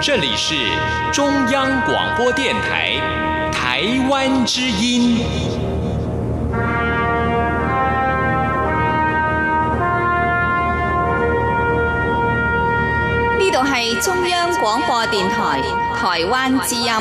这里是中央广播电台台湾之音。 呢度係中央廣播電台台灣之音。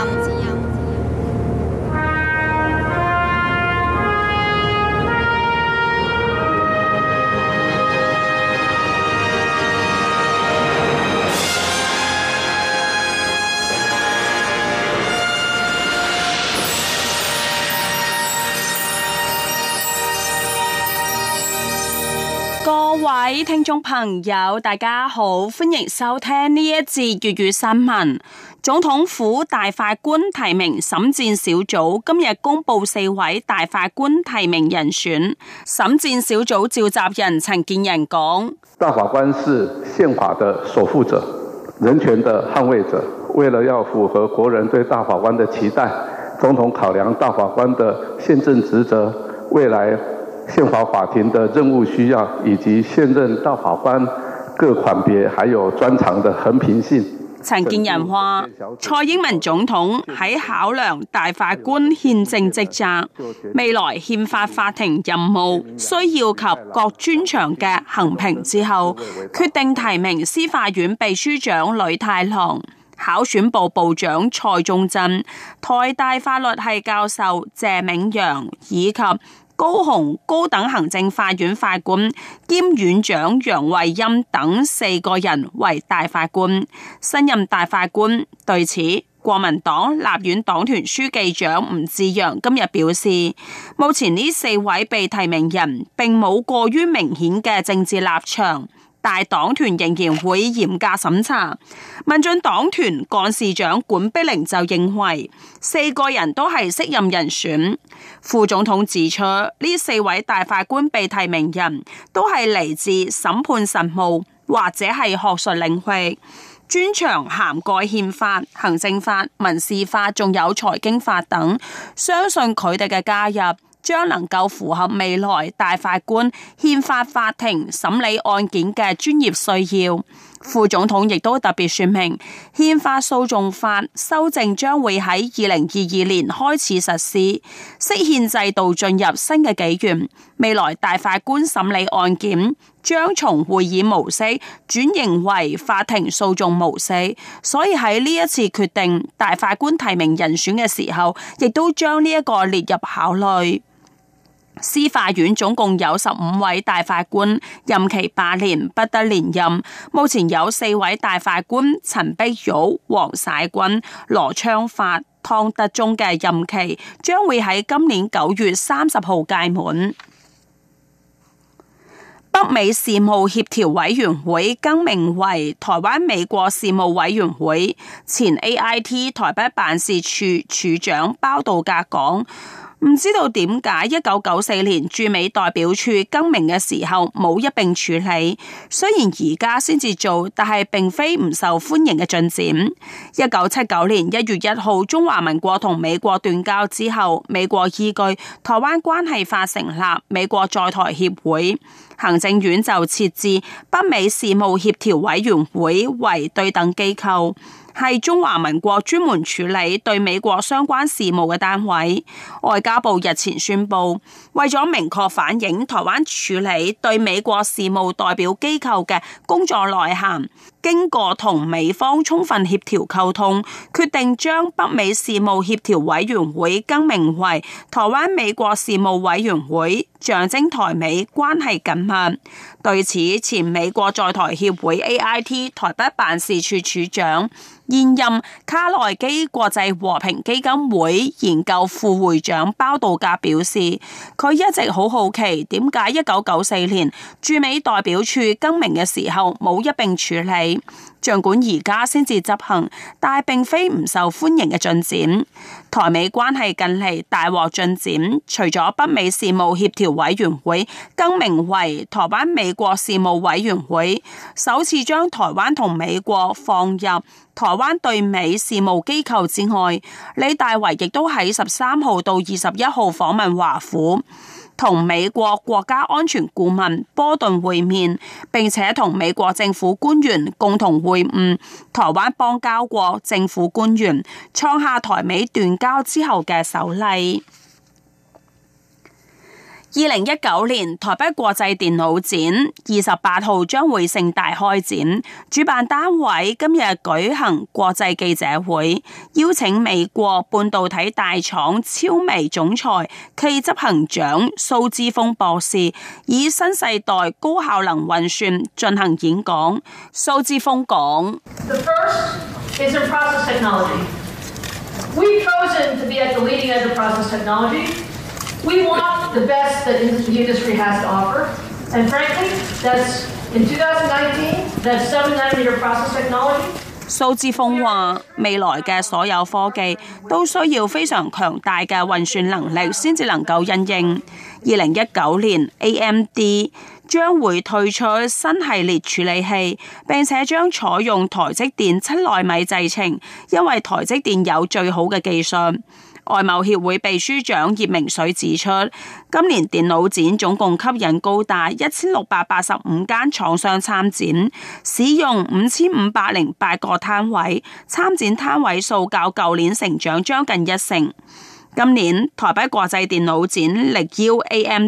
各位聽眾朋友，大家好，歡迎收聽呢一節粵語新聞。總統府大法官提名審戰小組今日公布4位大法官提名人選。審戰小組召集人陳建仁講： 大法官是憲法的守護者，人權的捍衛者。為了要符合國人對大法官的期待，總統考量大法官的憲政職責，未來憲法法庭的任務需要，以及現任大法官各款別還有專長的衡平性。 陳建仁話，蔡英文總統喺考量大法官憲政職責、未來憲法法庭任務需要及各專長嘅衡平之後，決定提名司法院秘書長呂太郎、考選部部長蔡宗珍、台大法律系教授謝銘洋以及高雄高等行政法院法官兼院長楊惠欽等4個人為大法官。新任大法官對此，國民黨立院黨團書記長吳志揚今日表示，目前呢4位被提名人並冇過於明顯嘅政治立場，但黨團仍然會嚴格審查。民進黨團幹事長管碧玲就認為4個人都係適任人選。副總統指出，呢4位大法官被提名人都係嚟自審判實務或者係學術領域，專長涵蓋憲法、行政法、民事法，仲有財經法等。相信佢哋嘅加入將能夠符合未來大法官憲法法庭審理案件嘅專業需要。副總統亦都特別說明，憲法訴訟法修正將會喺2022年開始實施，釋憲制度進入新嘅紀元。未來大法官審理案件將從會議模式轉型為法庭訴訟模式，所以喺呢一次決定大法官提名人選嘅時候，亦都將呢一個列入考慮。司法院總共有15位大法官，任期8年，不得連任。目前有4位大法官陳碧玉、黃璽君、羅昌發、湯德宗嘅任期將會喺今年9月30號屆滿。北美事務協調委員會更名為台灣美國事務委員會。前 AIT 台北辦事處處長包道格講，唔知道點解1994年駐美代表處更名嘅時候冇一併處理，雖然而家先至做，但係並非唔受歡迎嘅進展。1979年1月1號中華民國同美國斷交之後，美國依據台灣關係法成立美國在台協會，行政院就設置北美事務協調委員會為對等機構，係中華民國專門處理對美國相關事務嘅單位。外交部日前宣布，為咗明確反映台灣處理對美國事務代表機構嘅工作內涵，經過同美方充分協調溝通，決定將北美事務協調委員會更名為台灣美國事務委員會，象徵台美關係緊密。對此，前美國在台協會 AIT 台北辦事處處長、現任卡內基國際和平基金會研究副會長包道格表示，佢一直好好奇點解1994年駐美代表處更名嘅時候冇一併處理，儘管而家先至執行，但係並非唔受歡迎嘅進展。台美關係近嚟大獲進展，除咗北美事務協調委員會更名為台灣美國事務委員會，首次將台灣同美國放入台灣對美事務機構之外，李大維亦都喺13號到21號訪問華府。 同美國國家安全顧問波頓會面，並且同美國政府官員共同會晤，台灣邦交國政府官員，創下台美斷交之後嘅首例。2019年台北國際電腦展28號將會盛大開展，主辦單位今日舉行國際記者會，邀請美國半導體大廠超微總裁暨執行長蘇之鋒博士，以新世代高效能運算進行演講。蘇之鋒講 ：The first is in process technology. We've chosen to be at the leading edge of process technology.We want the best that the industry has to offer, and frankly, that's in 2019, that's 7nm process technology. 蘇之鋒話：未來嘅所有科技都需要非常強大嘅運算能力，先至能夠因應。2019年 AMD 將會推出新系列處理器，並且將採用台積電7奈米製程，因為台積電有最好嘅技術。外貿協會秘書長葉明水指出，今年電腦展總共吸引高達1685間廠商參展，使用5508個攤位，參展攤位數較舊年成長將近1成。今年台北國際電腦展力邀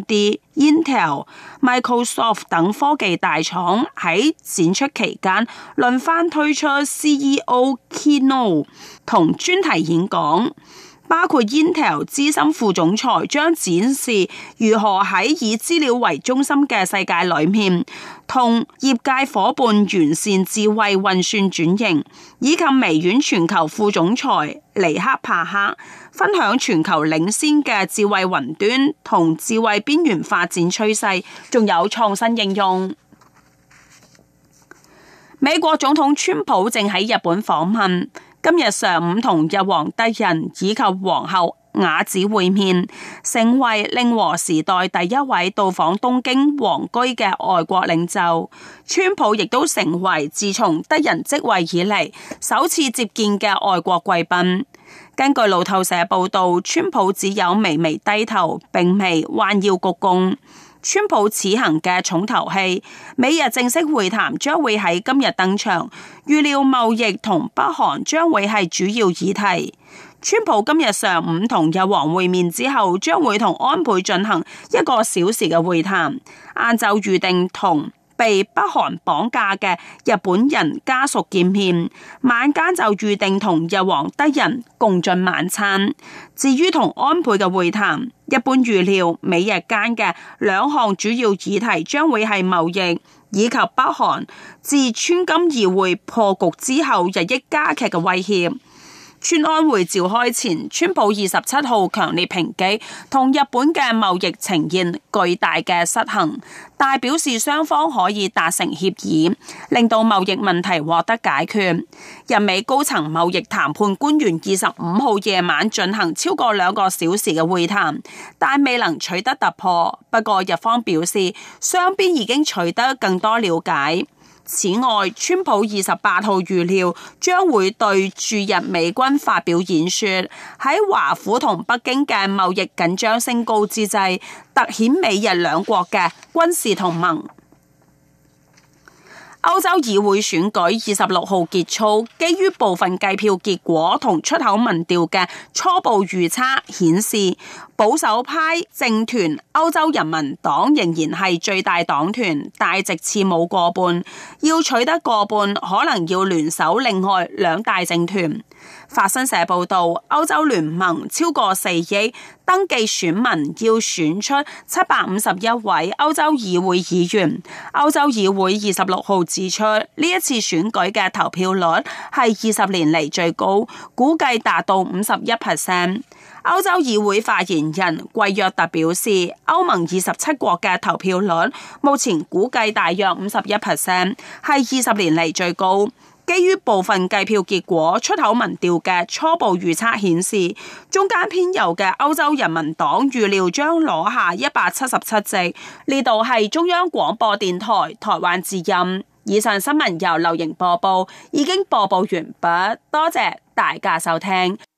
AMD、Intel、Microsoft 等科技大廠喺展出期間輪番推出 CEO Keynote 同專題演講。包括 Intel 資深副總裁將展示如何喺以資料為中心嘅世界裏面，同業界夥伴完善智慧運算轉型，以及微軟全球副總裁尼克帕克分享全球領先嘅智慧雲端同智慧邊緣發展趨勢，仲有創新應用。美國總統川普正喺日本訪問。今日上午同日皇德仁以及皇后雅子會面，成為令和時代第一位到訪東京皇居嘅外國領袖。川普亦都成為自從德仁即位以嚟首次接見嘅外國貴賓。根據路透社報道，川普只有微微低頭，並未彎腰鞠躬。川普此行嘅重頭戲，美日正式會談將會喺今日登場，預料貿易同北韓將會係主要議題。川普今日上午同日皇會面之後，將會同安倍進行1個小時嘅會談，晏晝預定同被北韓綁架嘅日本人家屬見面，晚間就預定同日皇德仁共進晚餐。至於同安倍嘅會談，一般預料美日間嘅2項主要議題將會係貿易以及北韓自川金議會破局之後日益加劇嘅威脅。川安會召開前，川普27號強烈抨擊同日本嘅貿易呈現巨大嘅失衡，但表示雙方可以達成協議，令到貿易問題獲得解決。日美高層貿易談判官員25號夜晚進行超過2個小時嘅會談，但未能取得突破。不過日方表示，雙邊已經取得更多了解。此外，川普28號預料將會對駐日美軍發表演說，喺華府同北京嘅貿易緊張升高之際，凸顯美日兩國嘅軍事同盟。歐洲議會選舉26號結束，基於部分計票結果同出口民調嘅初步預測顯示，保守派政團歐洲人民黨仍然係最大黨團，但席次冇過半，要取得過半可能要聯手另外2大政團。法新社報道，歐洲聯盟超過4億登記選民要選出751位歐洲議會議員。歐洲議會26號指出，呢一次選舉嘅投票率係20年嚟最高，估計達到51%。歐洲議會發言人季約特表示，歐盟27國嘅投票率目前估計大約51%，係20年嚟最高。基於部分計票結果、出口民調嘅初步預測顯示，中間偏右嘅歐洲人民黨預料將攞下177席。呢度係中央廣播電台台灣之音。以上新聞由劉瑩播報，已經播報完畢，多謝大家收聽。